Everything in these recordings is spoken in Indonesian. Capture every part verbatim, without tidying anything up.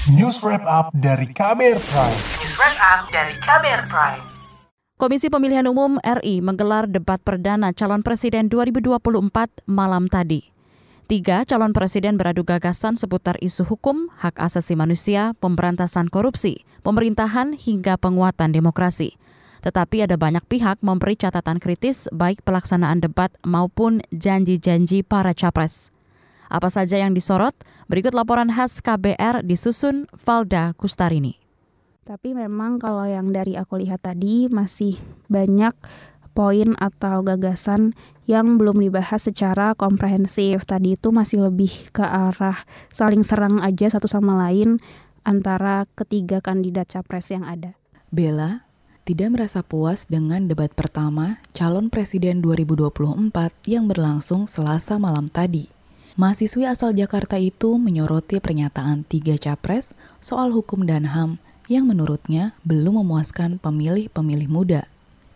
News Wrap Up dari K B R Prime. News Wrap Up dari K B R Prime. Komisi Pemilihan Umum R I menggelar debat perdana calon presiden dua ribu dua puluh empat malam tadi. Tiga calon presiden beradu gagasan seputar isu hukum, hak asasi manusia, pemberantasan korupsi, pemerintahan hingga penguatan demokrasi. Tetapi ada banyak pihak memberi catatan kritis baik pelaksanaan debat maupun janji-janji para capres. Apa saja yang disorot? Berikut laporan khas K B R disusun Valda Kustarini. Tapi memang kalau yang dari aku lihat tadi masih banyak poin atau gagasan yang belum dibahas secara komprehensif. Tadi itu masih lebih ke arah saling serang aja satu sama lain antara ketiga kandidat capres yang ada. Bella tidak merasa puas dengan debat pertama calon presiden dua ribu dua puluh empat yang berlangsung Selasa malam tadi. Mahasiswi asal Jakarta itu menyoroti pernyataan tiga capres soal hukum dan H A M yang menurutnya belum memuaskan pemilih-pemilih muda.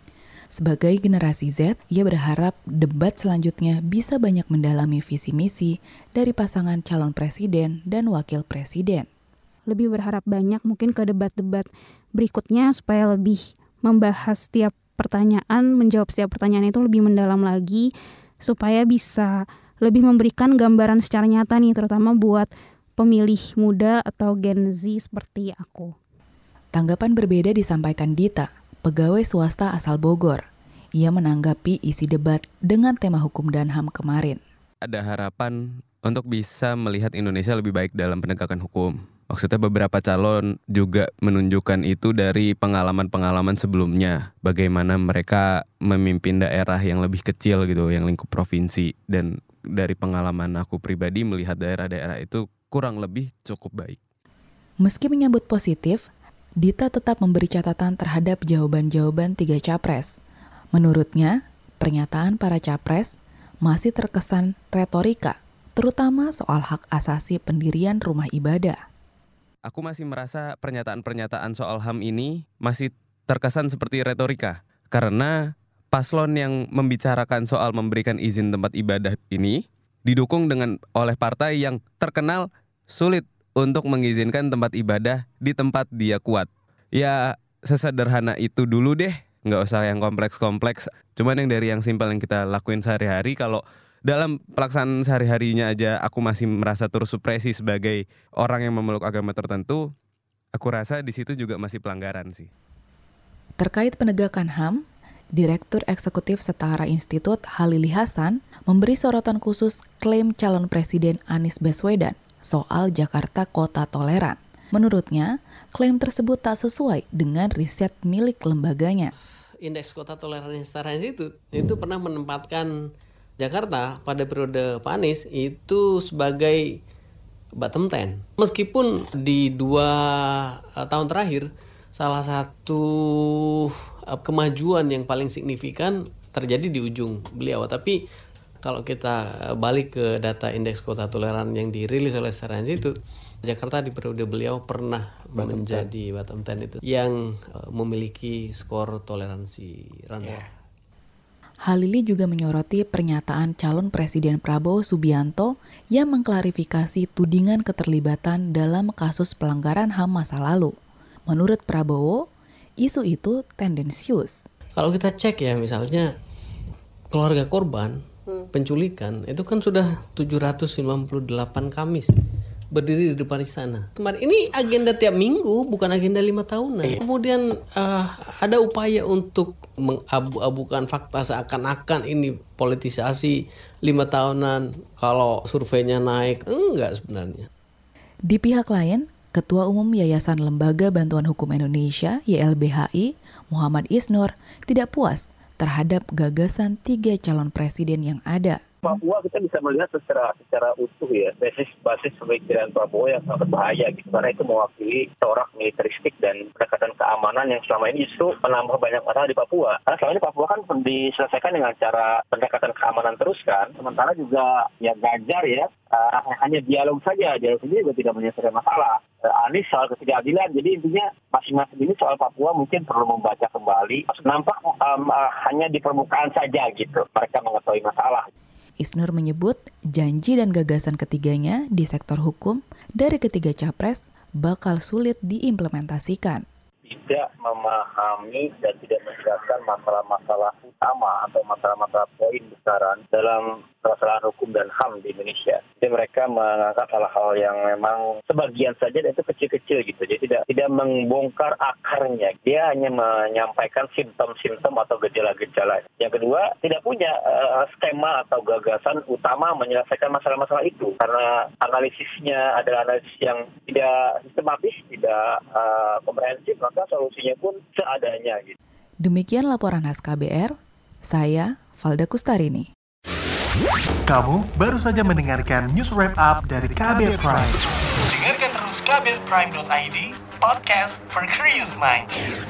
Sebagai generasi Z, ia berharap debat selanjutnya bisa banyak mendalami visi misi dari pasangan calon presiden dan wakil presiden. Lebih berharap banyak mungkin ke debat-debat berikutnya supaya lebih membahas setiap pertanyaan, menjawab setiap pertanyaan itu lebih mendalam lagi supaya bisa lebih memberikan gambaran secara nyata nih, terutama buat pemilih muda atau Gen Z seperti aku. Tanggapan berbeda disampaikan Dita, pegawai swasta asal Bogor. Ia menanggapi isi debat dengan tema hukum dan H A M kemarin. Ada harapan untuk bisa melihat Indonesia lebih baik dalam penegakan hukum. Maksudnya beberapa calon juga menunjukkan itu dari pengalaman-pengalaman sebelumnya. Bagaimana mereka memimpin daerah yang lebih kecil gitu, yang lingkup provinsi. Dan dari pengalaman aku pribadi melihat daerah-daerah itu kurang lebih cukup baik. Meski menyambut positif, Dita tetap memberi catatan terhadap jawaban-jawaban tiga capres. Menurutnya, pernyataan para capres masih terkesan retorika, terutama soal hak asasi pendirian rumah ibadah. Aku masih merasa pernyataan-pernyataan soal H A M ini masih terkesan seperti retorika. Karena paslon yang membicarakan soal memberikan izin tempat ibadah ini didukung dengan oleh partai yang terkenal sulit untuk mengizinkan tempat ibadah di tempat dia kuat. Ya sesederhana itu dulu deh, nggak usah yang kompleks-kompleks. Cuman yang dari yang simpel yang kita lakuin sehari-hari, kalau dalam pelaksanaan sehari-harinya aja aku masih merasa tersupresi sebagai orang yang memeluk agama tertentu, aku rasa di situ juga masih pelanggaran sih. Terkait penegakan H A M, Direktur Eksekutif Setara Institut Halili Hasan memberi sorotan khusus klaim calon presiden Anies Baswedan soal Jakarta Kota Toleran. Menurutnya, klaim tersebut tak sesuai dengan riset milik lembaganya. Indeks Kota Toleran yang Setara Institut itu pernah menempatkan Jakarta pada periode Pak Anies itu sebagai bottom ten. Meskipun di dua uh, tahun terakhir salah satu uh, kemajuan yang paling signifikan terjadi di ujung beliau. Tapi kalau kita uh, balik ke data indeks kota toleran yang dirilis oleh Setara Institut, Jakarta di periode beliau pernah bottom menjadi ten. bottom ten itu yang uh, memiliki skor toleransi rendah. Yeah. Halili juga menyoroti pernyataan calon Presiden Prabowo Subianto yang mengklarifikasi tudingan keterlibatan dalam kasus pelanggaran H A M masa lalu. Menurut Prabowo, isu itu tendensius. Kalau kita cek ya misalnya keluarga korban penculikan itu kan sudah tujuh ratus sembilan puluh delapan Kamis berdiri di depan istana. Kemarin ini agenda tiap minggu, bukan agenda lima tahunan. Eh. Kemudian uh, ada upaya untuk mengabu-abukan fakta seakan-akan ini politisasi lima tahunan. Kalau surveinya naik, enggak sebenarnya. Di pihak lain, Ketua Umum Yayasan Lembaga Bantuan Hukum Indonesia Y L B H I, Muhammad Isnur, tidak puas terhadap gagasan tiga calon presiden yang ada. Papua kita bisa melihat secara secara utuh ya, basis basis pemikiran Prabowo yang sangat berbahaya gitu, karena itu mewakili corak militeristik dan pendekatan keamanan yang selama ini justru menambah banyak masalah di Papua. Karena selama ini Papua kan diselesaikan dengan cara pendekatan keamanan terus kan, sementara juga ya Ganjar ya uh, hanya dialog saja, dialog saja juga tidak menyelesaikan masalah. Uh, Anies soal ketidakadilan, jadi intinya masing-masing ini soal Papua mungkin perlu membaca kembali. Nampak um, uh, hanya di permukaan saja gitu, mereka mengetahui masalah. Isnur menyebut janji dan gagasan ketiganya di sektor hukum dari ketiga capres bakal sulit diimplementasikan. Tidak memahami dan tidak menjelaskan masalah-masalah utama atau masalah-masalah poin besaran dalam permasalahan hukum dan H A M di Indonesia. Jadi mereka mengangkat hal-hal yang memang sebagian saja dan itu kecil-kecil gitu. Jadi tidak tidak membongkar akarnya. Dia hanya menyampaikan simptom-simptom atau gejala-gejala. Yang kedua, tidak punya uh, skema atau gagasan utama menyelesaikan masalah-masalah itu. Karena analisisnya adalah analisis yang tidak sistematis, tidak uh, komprehensif, maka solusinya pun seadanya gitu. Demikian laporan khas K B R, saya Valda Kustarini. Kamu baru saja mendengarkan news wrap up dari K B R Prime. Dengarkan terus k b r prime dot i d, podcast for curious minds.